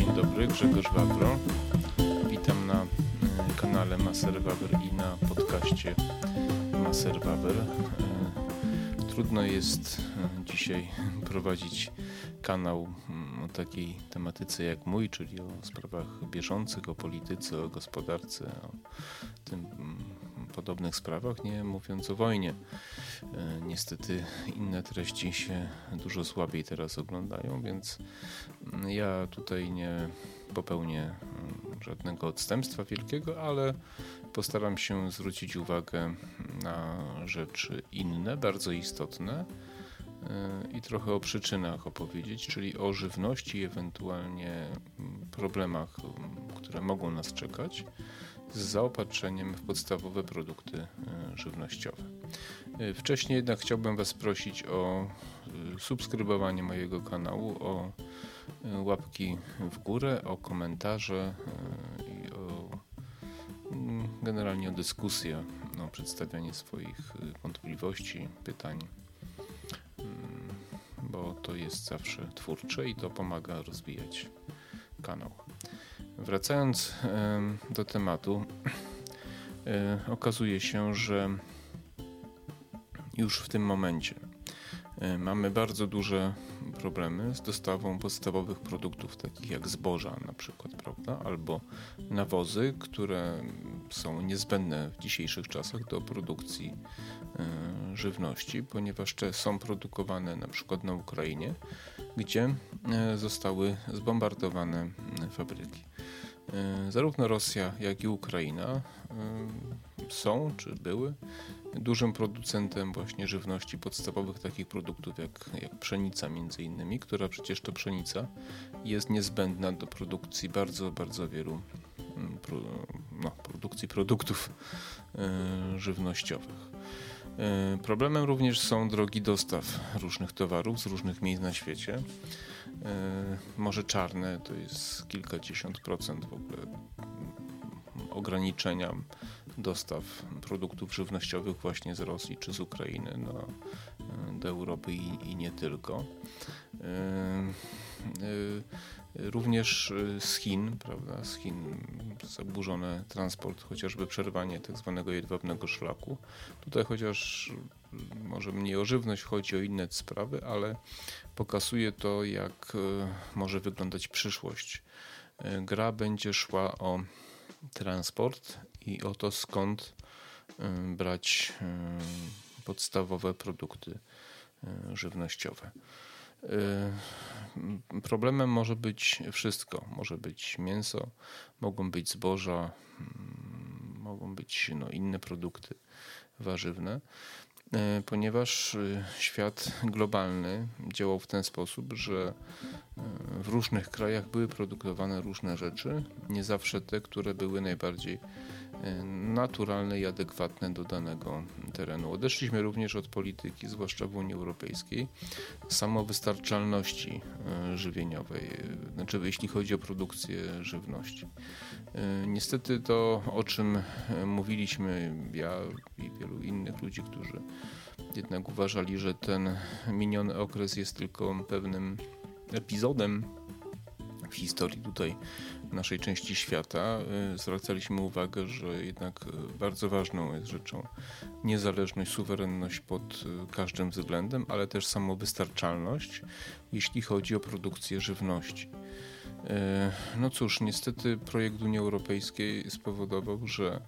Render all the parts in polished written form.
Dzień dobry, Grzegorz Wawro. Witam na kanale Maser Wawr i na podcaście Maser Wawr. Trudno jest dzisiaj prowadzić kanał o takiej tematyce jak mój, czyli o sprawach bieżących, o polityce, o gospodarce, o tym podobnych sprawach, nie mówiąc o wojnie. Niestety inne treści się dużo słabiej teraz oglądają, więc ja tutaj nie popełnię żadnego odstępstwa wielkiego, ale postaram się zwrócić uwagę na rzeczy inne, bardzo istotne i trochę o przyczynach opowiedzieć, czyli o żywności i ewentualnie problemach, które mogą nas czekać z zaopatrzeniem w podstawowe produkty żywnościowe. Wcześniej jednak chciałbym Was prosić o subskrybowanie mojego kanału, o łapki w górę, o komentarze i generalnie o dyskusję, o przedstawianie swoich wątpliwości, pytań, bo to jest zawsze twórcze i to pomaga rozwijać kanał. Wracając do tematu, okazuje się, że już w tym momencie mamy bardzo duże problemy z dostawą podstawowych produktów, takich jak zboża na przykład, prawda? Albo nawozy, które są niezbędne w dzisiejszych czasach do produkcji żywności, ponieważ te są produkowane na przykład na Ukrainie, gdzie zostały zbombardowane fabryki. Zarówno Rosja, jak i Ukraina są, czy były dużym producentem właśnie żywności, podstawowych takich produktów jak pszenica między innymi, która przecież to pszenica jest niezbędna do produkcji bardzo, bardzo wielu produkcji produktów żywnościowych. Problemem również są drogi dostaw różnych towarów z różnych miejsc na świecie. Morze Czarne to jest kilkadziesiąt procent w ogóle ograniczenia dostaw produktów żywnościowych właśnie z Rosji czy z Ukrainy do Europy i nie tylko. Również z Chin, prawda? Z Chin zaburzony transport, chociażby przerwanie tak zwanego jedwabnego szlaku. Tutaj chociaż może mniej o żywność chodzi, o inne sprawy, ale pokazuje to, jak może wyglądać przyszłość. Gra będzie szła o transport i o to, skąd brać podstawowe produkty żywnościowe. Problemem może być wszystko. Może być mięso, mogą być zboża, mogą być inne produkty warzywne, ponieważ świat globalny działał w ten sposób, że w różnych krajach były produkowane różne rzeczy, nie zawsze te, które były najbardziej naturalne i adekwatne do danego terenu. Odeszliśmy również od polityki, zwłaszcza w Unii Europejskiej, samowystarczalności żywieniowej, znaczy jeśli chodzi o produkcję żywności. Niestety to, o czym mówiliśmy ja i wielu innych ludzi, którzy jednak uważali, że ten miniony okres jest tylko pewnym epizodem w historii tutaj naszej części świata, zwracaliśmy uwagę, że jednak bardzo ważną jest rzeczą niezależność, suwerenność pod każdym względem, ale też samowystarczalność, jeśli chodzi o produkcję żywności. No cóż, niestety projekt Unii Europejskiej spowodował, że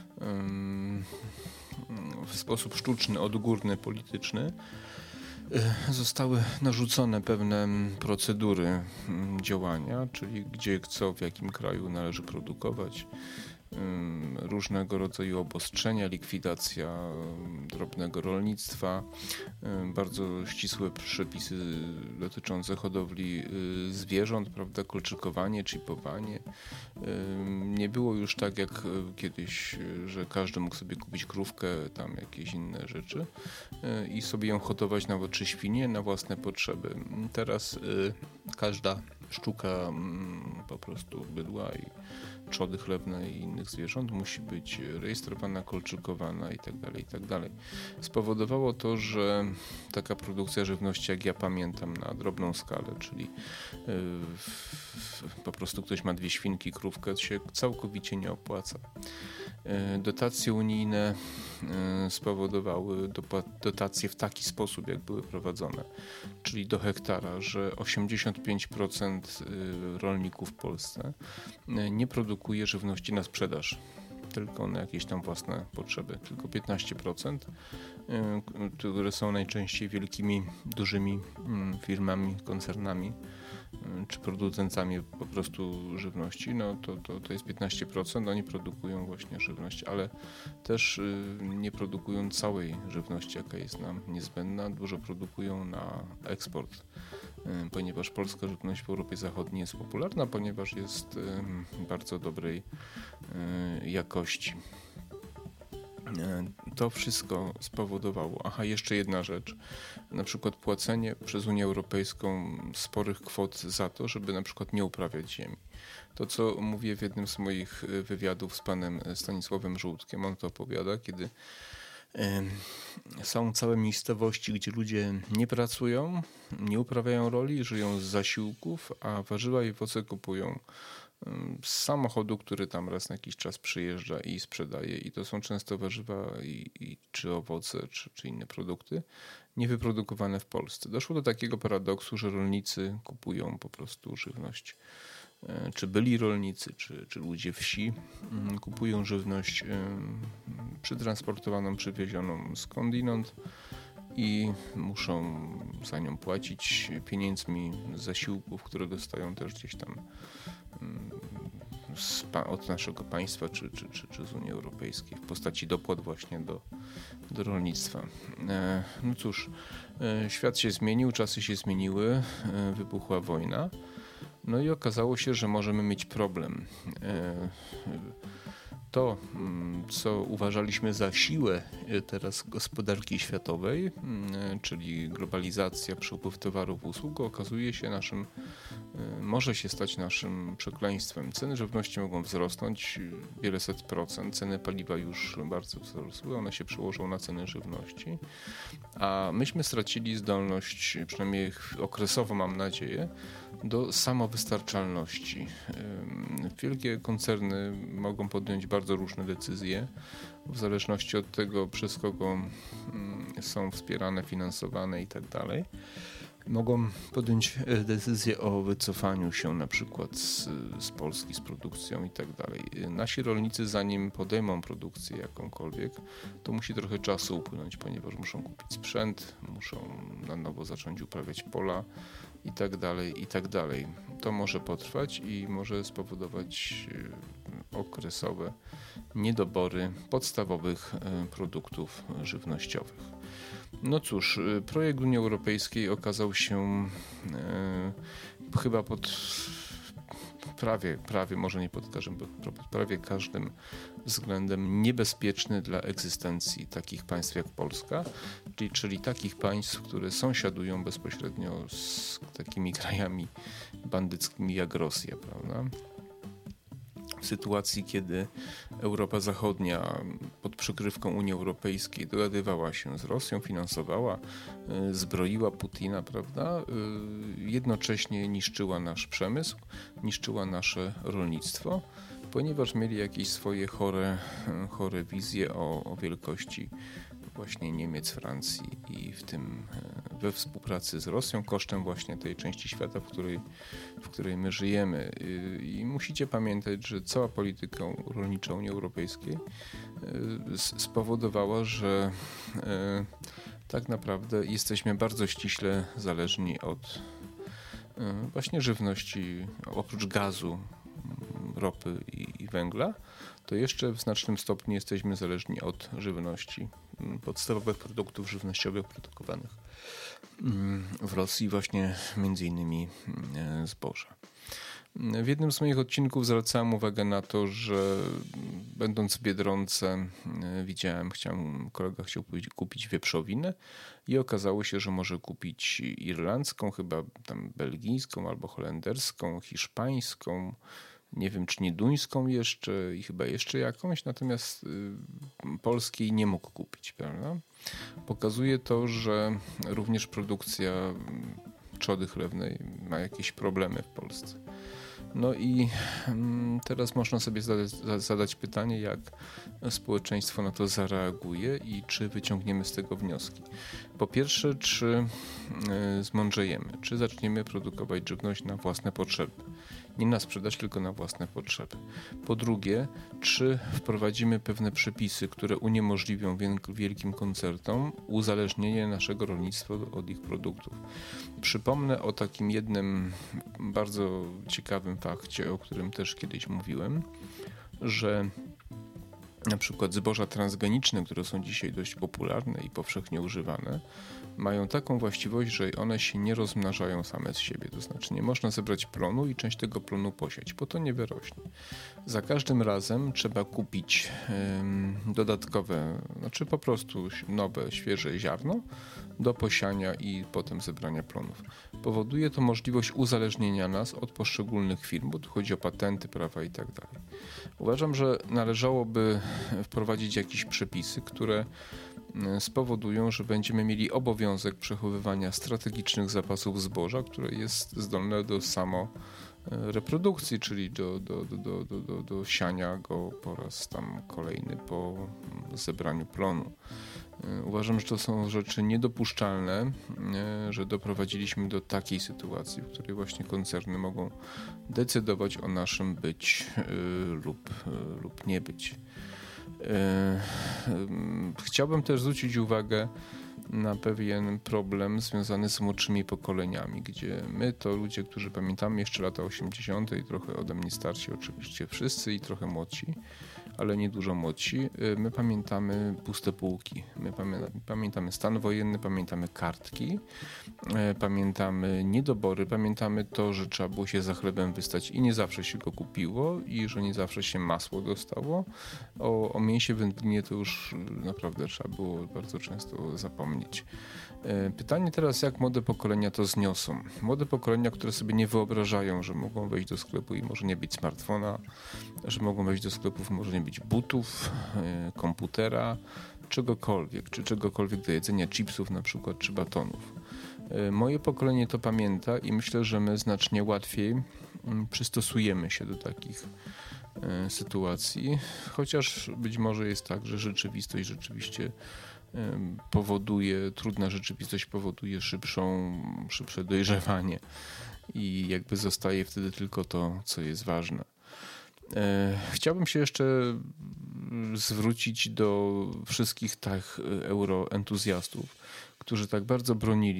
w sposób sztuczny, odgórny, polityczny zostały narzucone pewne procedury działania, czyli gdzie, co, w jakim kraju należy produkować, różnego rodzaju obostrzenia, likwidacja drobnego rolnictwa, bardzo ścisłe przepisy dotyczące hodowli zwierząt, prawda, kolczykowanie, czipowanie. Nie było już tak jak kiedyś, że każdy mógł sobie kupić krówkę, tam jakieś inne rzeczy i sobie ją hodować nawet czy świnie na własne potrzeby. Teraz każda sztuka po prostu bydła i trzody chlewne i innych zwierząt musi być rejestrowana, kolczykowana itd. Spowodowało to, że taka produkcja żywności, jak ja pamiętam, na drobną skalę, czyli po prostu ktoś ma 2 świnki, krówkę, się całkowicie nie opłaca. Dotacje unijne spowodowały dotacje w taki sposób, jak były prowadzone, czyli do hektara, że 85% rolników w Polsce nie produkuje żywności na sprzedaż, tylko na jakieś tam własne potrzeby. Tylko 15%, które są najczęściej wielkimi, dużymi firmami, koncernami czy producentami po prostu żywności, no to jest 15%, oni produkują właśnie żywność, ale też nie produkują całej żywności, jaka jest nam niezbędna, dużo produkują na eksport, ponieważ polska żywność w Europie Zachodniej jest popularna, ponieważ jest bardzo dobrej jakości. To wszystko spowodowało. Jeszcze jedna rzecz. Na przykład płacenie przez Unię Europejską sporych kwot za to, żeby na przykład nie uprawiać ziemi. To, co mówię w jednym z moich wywiadów z panem Stanisławem Żółtkiem, on to opowiada, kiedy są całe miejscowości, gdzie ludzie nie pracują, nie uprawiają roli, żyją z zasiłków, a warzywa i owoce kupują z samochodu, który tam raz na jakiś czas przyjeżdża i sprzedaje. I to są często warzywa czy owoce, czy inne produkty niewyprodukowane w Polsce. Doszło do takiego paradoksu, że rolnicy kupują po prostu żywność. Czy byli rolnicy, czy ludzie wsi kupują żywność przetransportowaną, przywiezioną skądinąd i muszą za nią płacić pieniędzmi z zasiłków, które dostają też gdzieś tam od naszego państwa czy z Unii Europejskiej w postaci dopłat właśnie do rolnictwa. No cóż, świat się zmienił, czasy się zmieniły, wybuchła wojna, no i okazało się, że możemy mieć problem. To, co uważaliśmy za siłę teraz gospodarki światowej, czyli globalizacja, przepływ towarów, usług, okazuje się może się stać naszym przekleństwem. Ceny żywności mogą wzrosnąć wiele set procent, ceny paliwa już bardzo wzrosły, one się przełożą na ceny żywności, a myśmy stracili zdolność, przynajmniej okresowo mam nadzieję, do samowystarczalności. Wielkie koncerny mogą podjąć bardzo różne decyzje, w zależności od tego, przez kogo są wspierane, finansowane i tak dalej. Mogą podjąć decyzję o wycofaniu się na przykład z Polski, z produkcją i tak dalej. Nasi rolnicy, zanim podejmą produkcję jakąkolwiek, to musi trochę czasu upłynąć, ponieważ muszą kupić sprzęt, muszą na nowo zacząć uprawiać pola i tak dalej. To może potrwać i może spowodować okresowe niedobory podstawowych produktów żywnościowych. No cóż, projekt Unii Europejskiej okazał się chyba prawie, może nie pod prawie każdym względem niebezpieczny dla egzystencji takich państw jak Polska, czyli takich państw, które sąsiadują bezpośrednio z takimi krajami bandyckimi jak Rosja, prawda? W sytuacji, kiedy Europa Zachodnia pod przykrywką Unii Europejskiej dogadywała się z Rosją, finansowała, zbroiła Putina, prawda? Jednocześnie niszczyła nasz przemysł, niszczyła nasze rolnictwo, ponieważ mieli jakieś swoje chore wizje o wielkości właśnie Niemiec, Francji i w tym we współpracy z Rosją kosztem właśnie tej części świata, w której my żyjemy. I musicie pamiętać, że cała polityka rolnicza Unii Europejskiej spowodowała, że tak naprawdę jesteśmy bardzo ściśle zależni od właśnie żywności, oprócz gazu, ropy i węgla, to jeszcze w znacznym stopniu jesteśmy zależni od żywności, podstawowych produktów żywnościowych produkowanych w Rosji, właśnie między innymi zboża. W jednym z moich odcinków zwracałem uwagę na to, że Będąc w Biedronce kolega chciał kupić wieprzowinę i okazało się, że może kupić irlandzką, chyba tam belgijską albo holenderską, hiszpańską, nie wiem czy nie duńską jeszcze i chyba jeszcze jakąś, natomiast polskiej nie mógł kupić, prawda? Pokazuje to, że również produkcja trzody chlewnej ma jakieś problemy w Polsce. No i teraz można sobie zadać pytanie, jak społeczeństwo na to zareaguje i czy wyciągniemy z tego wnioski. Po pierwsze, czy zmądrzejemy, czy zaczniemy produkować żywność na własne potrzeby. Nie na sprzedaż, tylko na własne potrzeby. Po drugie, czy wprowadzimy pewne przepisy, które uniemożliwią wielkim koncernom uzależnienie naszego rolnictwa od ich produktów. Przypomnę o takim jednym bardzo ciekawym fakcie, o którym też kiedyś mówiłem, że na przykład zboża transgeniczne, które są dzisiaj dość popularne i powszechnie używane, mają taką właściwość, że one się nie rozmnażają same z siebie. To znaczy nie można zebrać plonu i część tego plonu posiać, bo to nie wyrośnie. Za każdym razem trzeba kupić dodatkowe, znaczy po prostu nowe, świeże ziarno do posiania i potem zebrania plonów. Powoduje to możliwość uzależnienia nas od poszczególnych firm, bo tu chodzi o patenty, prawa i tak dalej. Uważam, że należałoby wprowadzić jakieś przepisy, które spowodują, że będziemy mieli obowiązek przechowywania strategicznych zapasów zboża, które jest zdolne do samoreprodukcji, czyli do siania go po raz tam kolejny po zebraniu plonu. Uważam, że to są rzeczy niedopuszczalne, że doprowadziliśmy do takiej sytuacji, w której właśnie koncerny mogą decydować o naszym być lub nie być. Chciałbym też zwrócić uwagę na pewien problem związany z młodszymi pokoleniami, gdzie my to ludzie, którzy pamiętamy jeszcze lata 80. i trochę ode mnie starsi oczywiście wszyscy i trochę młodsi, ale nie dużo młodsi, my pamiętamy puste półki, my pamiętamy stan wojenny, pamiętamy kartki, pamiętamy niedobory, pamiętamy to, że trzeba było się za chlebem wystać i nie zawsze się go kupiło i że nie zawsze się masło dostało. O mięsie wędlinie to już naprawdę trzeba było bardzo często zapomnieć. Pytanie teraz, jak młode pokolenia to zniosą? Młode pokolenia, które sobie nie wyobrażają, że mogą wejść do sklepu i może nie być smartfona, że mogą wejść do sklepów, może nie być butów, komputera, czegokolwiek do jedzenia, chipsów na przykład, czy batonów. Moje pokolenie to pamięta i myślę, że my znacznie łatwiej przystosujemy się do takich sytuacji, chociaż być może jest tak, że rzeczywistość rzeczywiście trudna rzeczywistość powoduje szybsze dojrzewanie i jakby zostaje wtedy tylko to, co jest ważne. Chciałbym się jeszcze zwrócić do wszystkich tak euroentuzjastów, którzy tak bardzo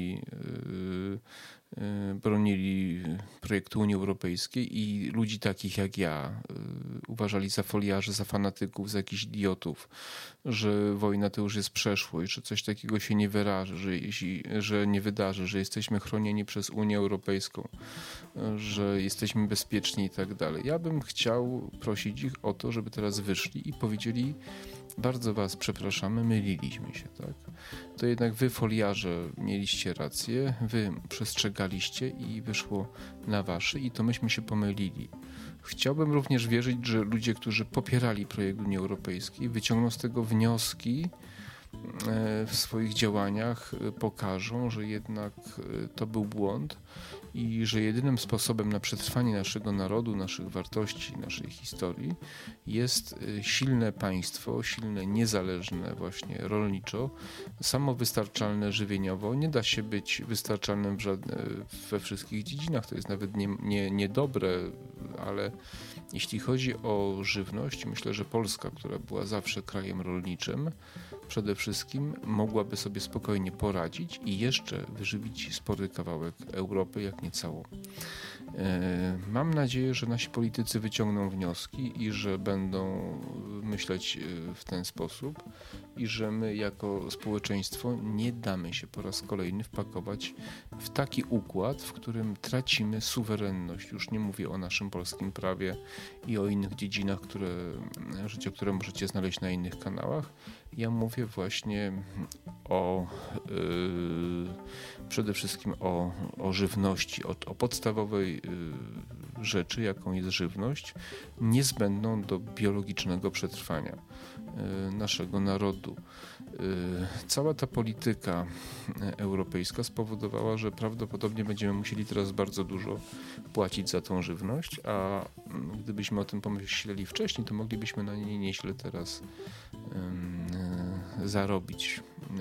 bronili projektu Unii Europejskiej i ludzi takich jak ja uważali za foliarzy, za fanatyków, za jakichś idiotów, że wojna to już jest przeszłość, że coś takiego się nie wyraży, że nie wydarzy, że jesteśmy chronieni przez Unię Europejską, że jesteśmy bezpieczni i tak dalej. Ja bym chciał prosić ich o to, żeby teraz wyszli i powiedzieli: bardzo was przepraszamy, myliliśmy się, tak? To jednak wy, foliarze, mieliście rację, wy przestrzegaliście i wyszło na wasze i to myśmy się pomylili. Chciałbym również wierzyć, że ludzie, którzy popierali projekt Unii Europejskiej, wyciągną z tego wnioski w swoich działaniach, pokażą, że jednak to był błąd i że jedynym sposobem na przetrwanie naszego narodu, naszych wartości, naszej historii jest silne państwo, silne, niezależne właśnie rolniczo, samowystarczalne żywieniowo. Nie da się być wystarczalnym we wszystkich dziedzinach, to jest nawet niedobre, ale jeśli chodzi o żywność, myślę, że Polska, która była zawsze krajem rolniczym, przede wszystkim mogłaby sobie spokojnie poradzić i jeszcze wyżywić spory kawałek Europy, jak nie całą. Mam nadzieję, że nasi politycy wyciągną wnioski i że będą myśleć w ten sposób i że my jako społeczeństwo nie damy się po raz kolejny wpakować w taki układ, w którym tracimy suwerenność. Już nie mówię o naszym polskim prawie i o innych dziedzinach życia, które możecie znaleźć na innych kanałach. Ja mówię właśnie przede wszystkim o żywności, o podstawowej rzeczy, jaką jest żywność, niezbędną do biologicznego przetrwania naszego narodu. Cała ta polityka europejska spowodowała, że prawdopodobnie będziemy musieli teraz bardzo dużo płacić za tą żywność, a gdybyśmy o tym pomyśleli wcześniej, to moglibyśmy na niej nieźle teraz zarobić.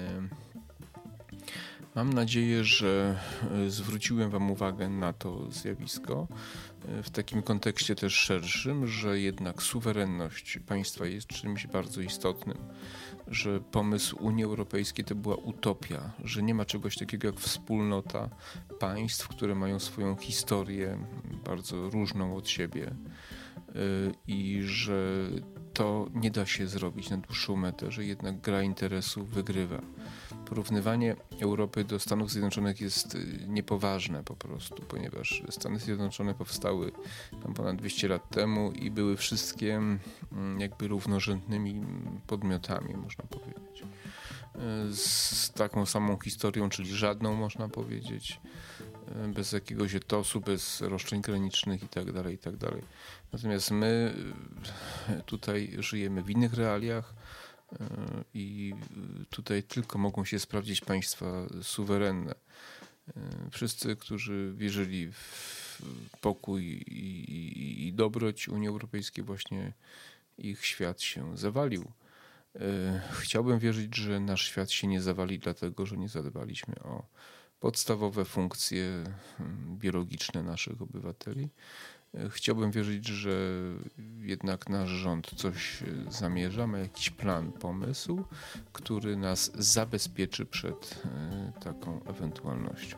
Mam nadzieję, że zwróciłem Wam uwagę na to zjawisko w takim kontekście też szerszym, że jednak suwerenność państwa jest czymś bardzo istotnym, że pomysł Unii Europejskiej to była utopia, że nie ma czegoś takiego jak wspólnota państw, które mają swoją historię bardzo różną od siebie i że to nie da się zrobić na dłuższą metę, że jednak gra interesu wygrywa. Porównywanie Europy do Stanów Zjednoczonych jest niepoważne po prostu, ponieważ Stany Zjednoczone powstały tam ponad 200 lat temu i były wszystkie jakby równorzędnymi podmiotami, można powiedzieć. Z taką samą historią, czyli żadną, można powiedzieć, bez jakiegoś etosu, bez roszczeń granicznych itd. Natomiast my tutaj żyjemy w innych realiach i tutaj tylko mogą się sprawdzić państwa suwerenne. Wszyscy, którzy wierzyli w pokój i dobroć Unii Europejskiej, właśnie ich świat się zawalił. Chciałbym wierzyć, że nasz świat się nie zawali, dlatego że nie zadbaliśmy o podstawowe funkcje biologiczne naszych obywateli. Chciałbym wierzyć, że jednak nasz rząd coś zamierza, ma jakiś plan, pomysł, który nas zabezpieczy przed taką ewentualnością.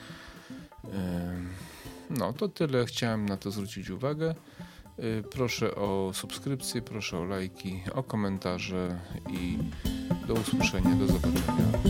No to tyle, chciałem na to zwrócić uwagę. Proszę o subskrypcję, proszę o lajki, o komentarze i do usłyszenia, do zobaczenia.